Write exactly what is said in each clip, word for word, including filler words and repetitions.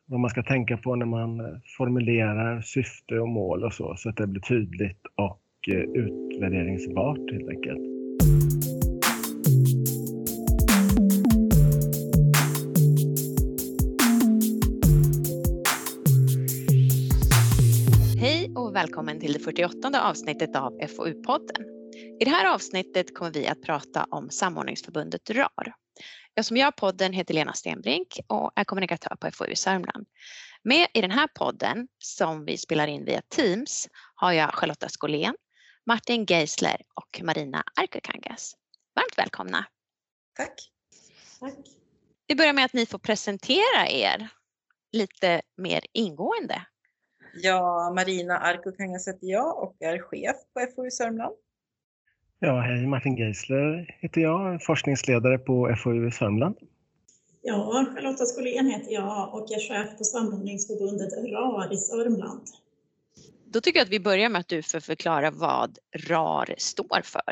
vad man ska tänka på när man formulerar syfte och mål och så, så att det blir tydligt och utvärderingsbart helt enkelt. Hej och välkommen till det fyrtioåttonde avsnittet av F O U-podden. I det här avsnittet kommer vi att prata om samordningsförbundet R A R. Jag som gör podden heter Lena Stenbrink och är kommunikatör på F O U Sörmland. Med i den här podden, som vi spelar in via Teams, har jag Charlotta Skolén, Martin Geisler och Marina Arkukangas. Varmt välkomna. Tack. Tack. Vi börjar med att ni får presentera er lite mer ingående. Ja, Marina Arkukangas heter jag och är chef på F O U Sörmland. Ja, hej, Martin Geisler heter jag, forskningsledare på F O U Sörmland. Ja, Charlotta Skolén heter jag och är chef på samordningsförbundet R A R i Sörmland. Då tycker jag att vi börjar med att du får förklara vad R A R står för.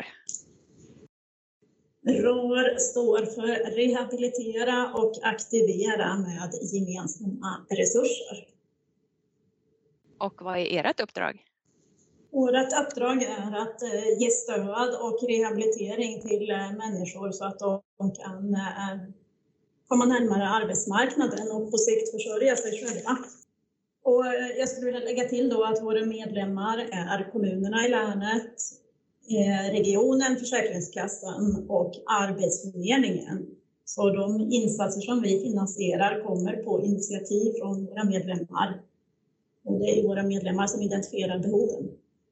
R A R står för rehabilitera och aktivera med gemensamma resurser. Och vad är ert uppdrag? Vårt uppdrag är att ge stöd och rehabilitering till människor så att de kan komma närmare arbetsmarknaden och på sikt försörja sig själva. Och jag skulle vilja lägga till då att våra medlemmar är kommunerna i länet, regionen, Försäkringskassan och Arbetsförmedlingen. Så de insatser som vi finansierar kommer på initiativ från våra medlemmar. Och det är våra medlemmar som identifierar behoven.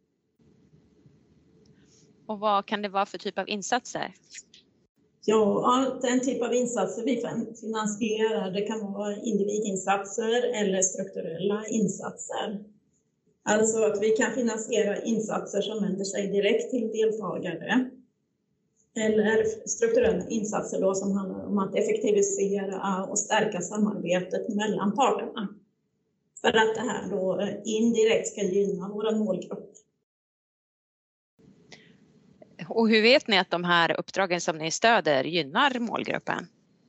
Och vad kan det vara för typ av insatser? Ja, den typ av insatser vi finansierar, det kan vara individinsatser eller strukturella insatser. Alltså att vi kan finansiera insatser som vänder sig direkt till deltagare. Eller strukturella insatser då som handlar om att effektivisera och stärka samarbetet mellan parterna. För att det här då indirekt ska gynna vår målgrupp. Och hur vet ni att de här uppdragen som ni stöder gynnar målgruppen?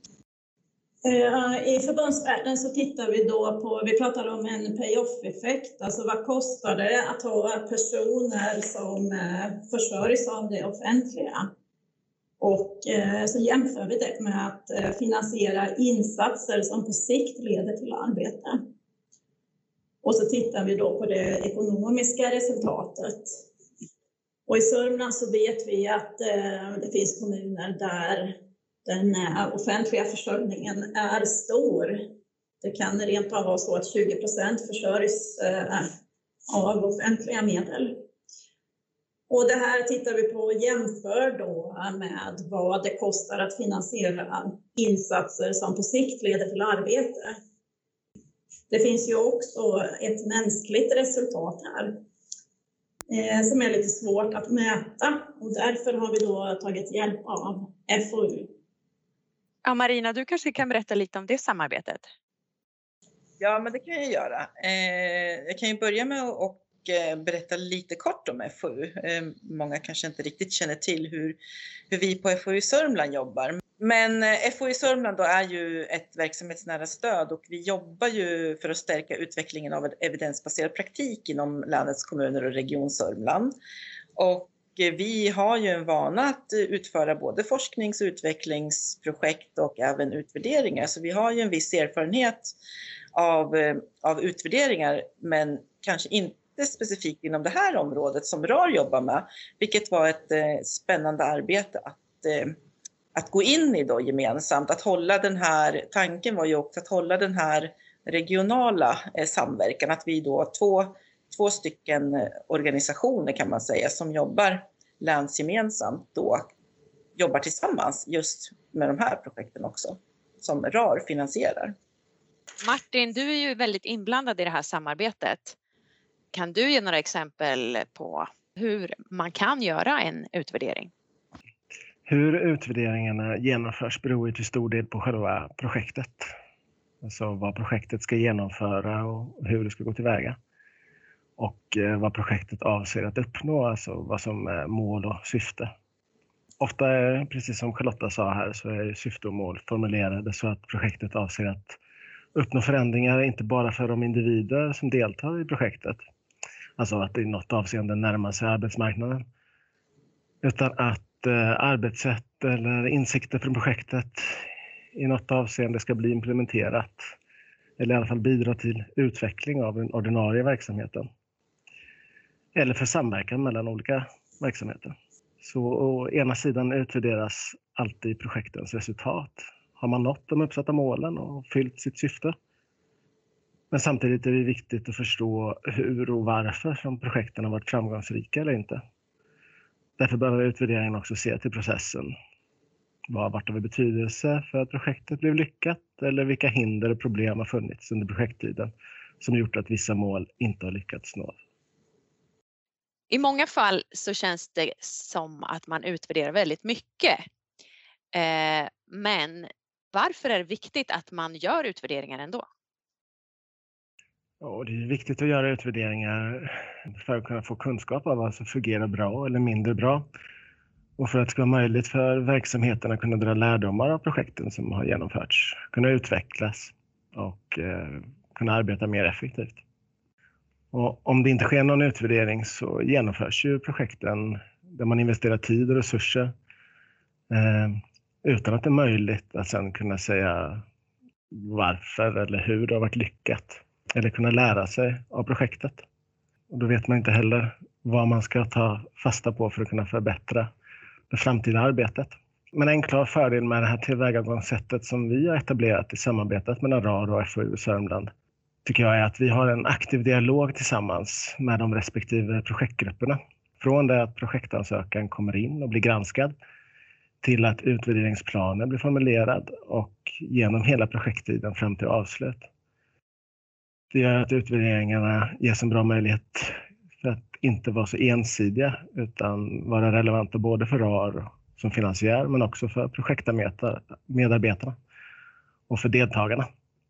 I förbundsvärlden så tittar vi då på, vi pratar om en pay-off-effekt. Alltså vad kostar det att ha personer som försörjs av det offentliga? Och så jämför vi det med att finansiera insatser som på sikt leder till arbete. Och så tittar vi då på det ekonomiska resultatet. Och i Sörmland så vet vi att eh, det finns kommuner där den eh, offentliga försörjningen är stor. Det kan rent av vara så att tjugo procent försörjs eh, av offentliga medel. Och det här tittar vi på och jämför då med vad det kostar att finansiera insatser som på sikt leder till arbete. Det finns ju också ett mänskligt resultat här som är lite svårt att mäta och därför har vi då tagit hjälp av F O U. Ja, Marina, du kanske kan berätta lite om det samarbetet? Ja, men det kan jag göra. Eh, jag kan ju börja med att och, eh, berätta lite kort om F O U. Eh, många kanske inte riktigt känner till hur, hur vi på F O U Sörmland jobbar. Men F O U Sörmland då är ju ett verksamhetsnära stöd och vi jobbar ju för att stärka utvecklingen av evidensbaserad praktik inom länets kommuner och region Sörmland. Och vi har ju en vana att utföra både forsknings- och utvecklingsprojekt och även utvärderingar. Så vi har ju en viss erfarenhet av, av utvärderingar, men kanske inte specifikt inom det här området som R A R jobbar med. Vilket var ett spännande arbete att Att gå in i då gemensamt, att hålla den här, tanken var ju också att hålla den här regionala eh, samverkan, att vi då två, två stycken organisationer kan man säga som jobbar länsgemensamt då jobbar tillsammans just med de här projekten också som R A R finansierar. Martin, du är ju väldigt inblandad i det här samarbetet. Kan du ge några exempel på hur man kan göra en utvärdering? Hur utvärderingarna genomförs beror till stor del på själva projektet. Alltså vad projektet ska genomföra och hur det ska gå tillväga. Och vad projektet avser att uppnå, alltså vad som är mål och syfte. Ofta är, precis som Charlotta sa här, så är syfte och mål formulerade så att projektet avser att uppnå förändringar inte bara för de individer som deltar i projektet, alltså att i något avseende närma sig arbetsmarknaden, utan att eh, arbetssätt eller insikter från projektet i något avseende ska bli implementerat eller i alla fall bidra till utveckling av den ordinarie verksamheten eller för samverkan mellan olika verksamheter. Så å ena sidan utvärderas alltid projektens resultat. Har man nått de uppsatta målen och fyllt sitt syfte? Men samtidigt är det viktigt att förstå hur och varför som projekten har varit framgångsrika eller inte. Därför behöver utvärderingen också se till processen. Vad har varit av betydelse för att projektet blev lyckat eller vilka hinder och problem har funnits under projekttiden som gjort att vissa mål inte har lyckats nå. I många fall så känns det som att man utvärderar väldigt mycket. Eh, men varför är det viktigt att man gör utvärderingar ändå? Ja, det är viktigt att göra utvärderingar för att kunna få kunskap om vad som fungerar bra eller mindre bra. Och för att det ska vara möjligt för verksamheterna att kunna dra lärdomar av projekten som har genomförts, kunna utvecklas och eh, kunna arbeta mer effektivt. Och om det inte sker någon utvärdering så genomförs ju projekten där man investerar tid och resurser eh, utan att det är möjligt att sedan kunna säga varför eller hur det har varit lyckat eller kunna lära sig av projektet. Och då vet man inte heller vad man ska ta fasta på för att kunna förbättra det framtida arbetet. Men en klar fördel med det här tillvägagångssättet som vi har etablerat i samarbetet mellan R A R och F O U Sörmland tycker jag är att vi har en aktiv dialog tillsammans med de respektive projektgrupperna. Från det att projektansökan kommer in och blir granskad till att utvärderingsplanen blir formulerad och genom hela projekttiden fram till avslut. Det gör att utvärderingarna ges en bra möjlighet för att inte vara så ensidiga utan vara relevanta både för R A R som finansiär men också för projektmedarbetarna och för deltagarna.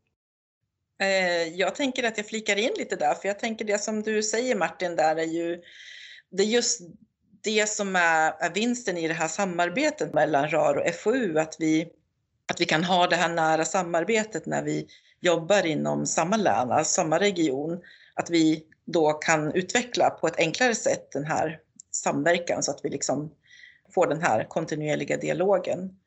Jag tänker att jag flikar in lite där, för jag tänker det som du säger Martin där är ju det är just det som är, är vinsten i det här samarbetet mellan R A R och F O U, att vi, att vi kan ha det här nära samarbetet när vi jobbar inom samma län, alltså samma region, att vi då kan utveckla på ett enklare sätt den här samverkan så att vi liksom får den här kontinuerliga dialogen.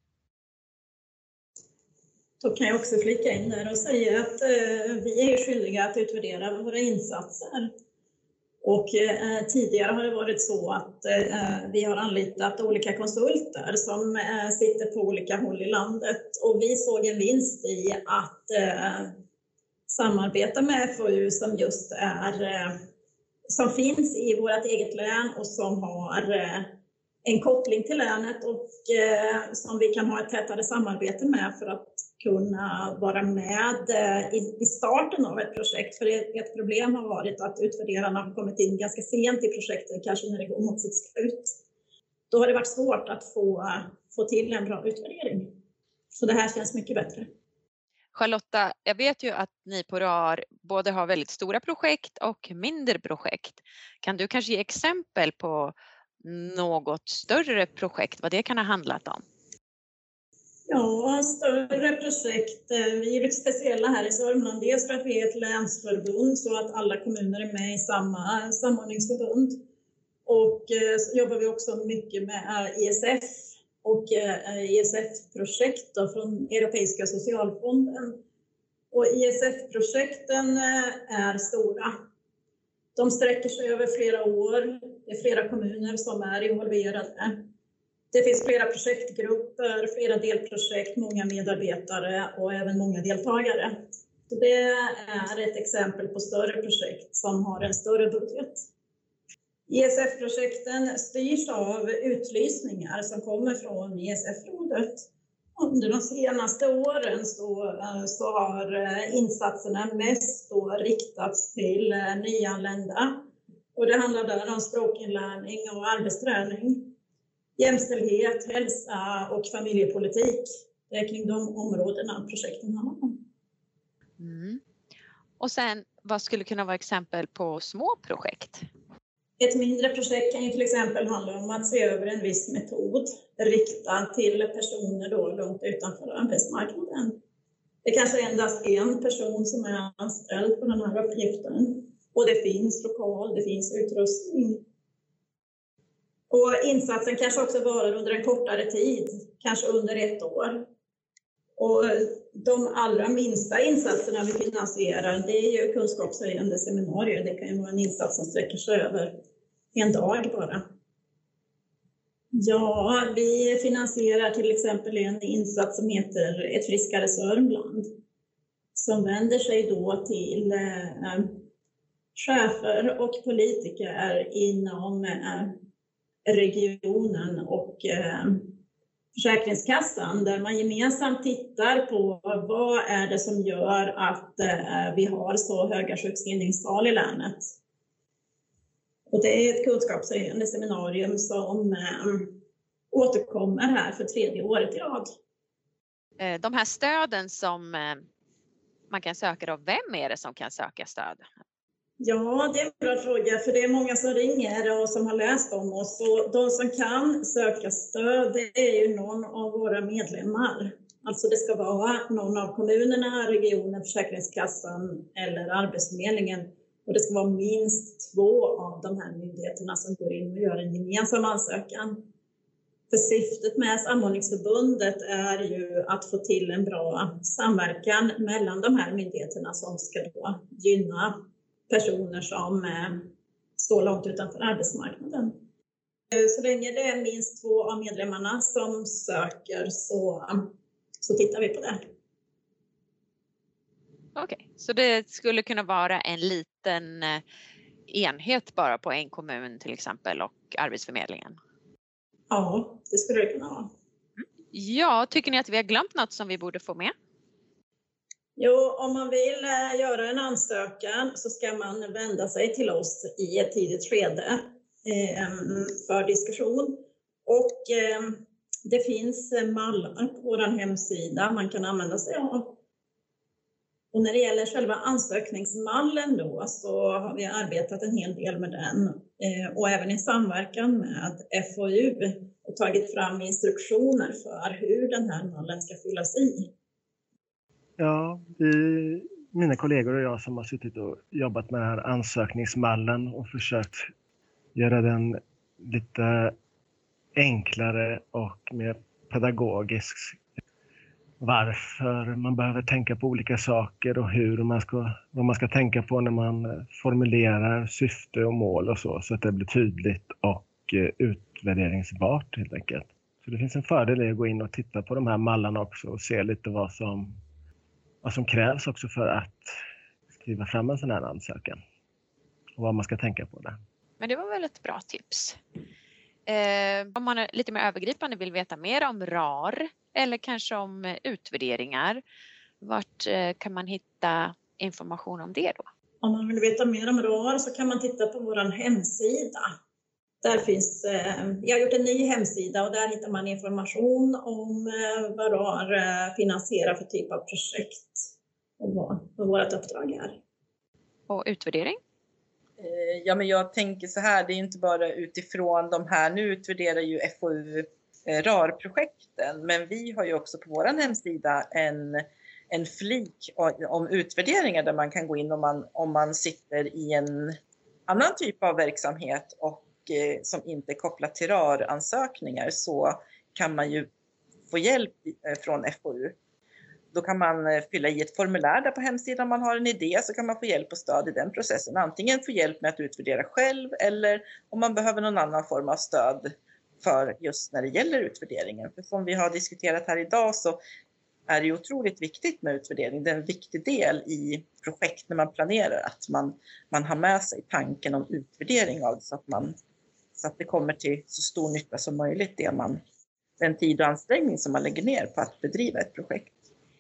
Då kan jag också flika in där och säga att eh, vi är skyldiga att utvärdera våra insatser. Och eh, tidigare har det varit så att eh, vi har anlitat olika konsulter som eh, sitter på olika håll i landet. Och vi såg en vinst i att eh, samarbeta med F O U som just är, eh, som finns i vårt eget län och som har eh, en koppling till länet och eh, som vi kan ha ett tätare samarbete med för att kunna vara med eh, i, i starten av ett projekt. För ett, ett problem har varit att utvärderarna har kommit in ganska sent i projektet, kanske när det går mot sitt slut. Då har det varit svårt att få, få till en bra utvärdering. Så det här känns mycket bättre. Charlotta, jag vet ju att ni på R A R både har väldigt stora projekt och mindre projekt. Kan du kanske ge exempel på något större projekt, vad det kan ha handlat om? Ja, större projekt. Vi är lite speciella här i Sörmland. Dels för att vi är ett länsförbund så att alla kommuner är med i samma samordningsförbund. Och så jobbar vi också mycket med E S F och E S F-projekt från Europeiska socialfonden. Och E S F-projekten är stora. De sträcker sig över flera år. Det är flera kommuner som är involverade. Det finns flera projektgrupper, flera delprojekt, många medarbetare och även många deltagare. Det är ett exempel på större projekt som har en större budget. E S F-projekten styrs av utlysningar som kommer från E S F-rådet. Under de senaste åren så, så har insatserna mest då riktats till nyanlända. Och det handlar där om språkinlärning och arbetsträning. Jämställdhet, hälsa och familjepolitik. Det är kring de områdena projekten handlar om. Mm. Och sen, vad skulle kunna vara exempel på små projekt? Ett mindre projekt kan ju till exempel handla om att se över en viss metod riktad till personer då långt utanför arbetsmarknaden. Det är kanske endast en person som är anställd på den här uppgiften. Och det finns lokal, det finns utrustning. Och insatsen kanske också varar under en kortare tid, kanske under ett år. Och de allra minsta insatserna vi finansierar, det är ju kunskapshöjande seminarier. Det kan ju vara en insats som sträcker sig över en dag bara. Ja, vi finansierar till exempel en insats som heter Ett friskare Sörmland. Som vänder sig då till eh, chefer och politiker inom eh, regionen och eh, Försäkringskassan, där man gemensamt tittar på vad är det som gör att eh, vi har så höga sjukskrivningstal i länet. Och det är ett kunskapshöjande seminarium som eh, återkommer här för tredje året i rad. De här stöden som eh, man kan söka då, vem är det som kan söka stöd? Ja, det är en bra fråga, för det är många som ringer och som har läst om oss. Och de som kan söka stöd, det är ju någon av våra medlemmar. Alltså det ska vara någon av kommunerna, regionen, Försäkringskassan eller Arbetsförmedlingen. Och det ska vara minst två av de här myndigheterna som går in och gör en gemensam ansökan. För syftet med Samordningsförbundet är ju att få till en bra samverkan mellan de här myndigheterna som ska då gynna personer som eh, står långt utanför arbetsmarknaden. Så länge det är minst två av medlemmarna som söker så, så tittar vi på det. Okej, okay. Så det skulle kunna vara en liten enhet bara på en kommun till exempel och Arbetsförmedlingen? Ja, det skulle det kunna vara. Ja, tycker ni att vi har glömt något som vi borde få med? Jo, om man vill göra en ansökan så ska man vända sig till oss i ett tidigt skede eh, för diskussion. Och eh, det finns mallar på vår hemsida man kan använda sig av. Och när det gäller själva ansökningsmallen då så har vi arbetat en hel del med den. Eh, och även i samverkan med F O U och tagit fram instruktioner för hur den här mallen ska fyllas i. Ja, vi, mina kollegor och jag som har suttit och jobbat med den här ansökningsmallen och försökt göra den lite enklare och mer pedagogisk. Varför man behöver tänka på olika saker och hur man ska, vad man ska tänka på när man formulerar syfte och mål och så, så att det blir tydligt och utvärderingsbart helt enkelt. Så det finns en fördel i att gå in och titta på de här mallarna också och se lite vad som vad som krävs också för att skriva fram en sån här ansökan. Och vad man ska tänka på där. Men det var väl ett bra tips. Eh, om man är lite mer övergripande vill veta mer om R A R eller kanske om utvärderingar. Vart eh, kan man hitta information om det då? Om man vill veta mer om R A R så kan man titta på vår hemsida. Där finns, eh, jag har gjort en ny hemsida och där hittar man information om eh, vad R A R eh, finansierar för typ av projekt och vad, vad vårt uppdrag är. Och utvärdering? Eh, ja, men jag tänker så här, det är inte bara utifrån de här, nu utvärderar ju F O U eh, R A R-projekten, men vi har ju också på vår hemsida en, en flik om utvärderingar där man kan gå in om man, om man sitter i en annan typ av verksamhet och som inte är kopplat till R A R-ansökningar, så kan man ju få hjälp från F O U. Då kan man fylla i ett formulär där på hemsidan om man har en idé, så kan man få hjälp och stöd i den processen. Antingen få hjälp med att utvärdera själv eller om man behöver någon annan form av stöd för just när det gäller utvärderingen. För som vi har diskuterat här idag så är det otroligt viktigt med utvärdering. Det är en viktig del i projekt när man planerar att man, man har med sig tanken om utvärdering av det, så att man så att det kommer till så stor nytta som möjligt, det man, den tid och ansträngning som man lägger ner på att bedriva ett projekt.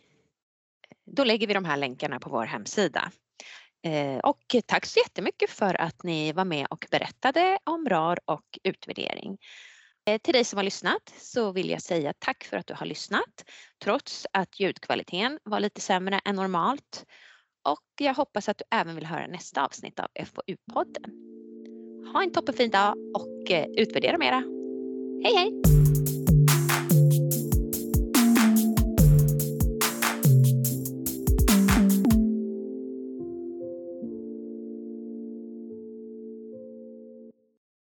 Då lägger vi de här länkarna på vår hemsida. Eh, och tack så jättemycket för att ni var med och berättade om R A R och utvärdering. Eh, till dig som har lyssnat så vill jag säga tack för att du har lyssnat, trots att ljudkvaliteten var lite sämre än normalt. Och jag hoppas att du även vill höra nästa avsnitt av F O U-podden. Ha en toppenfin dag och utvärdera mera. Hej hej!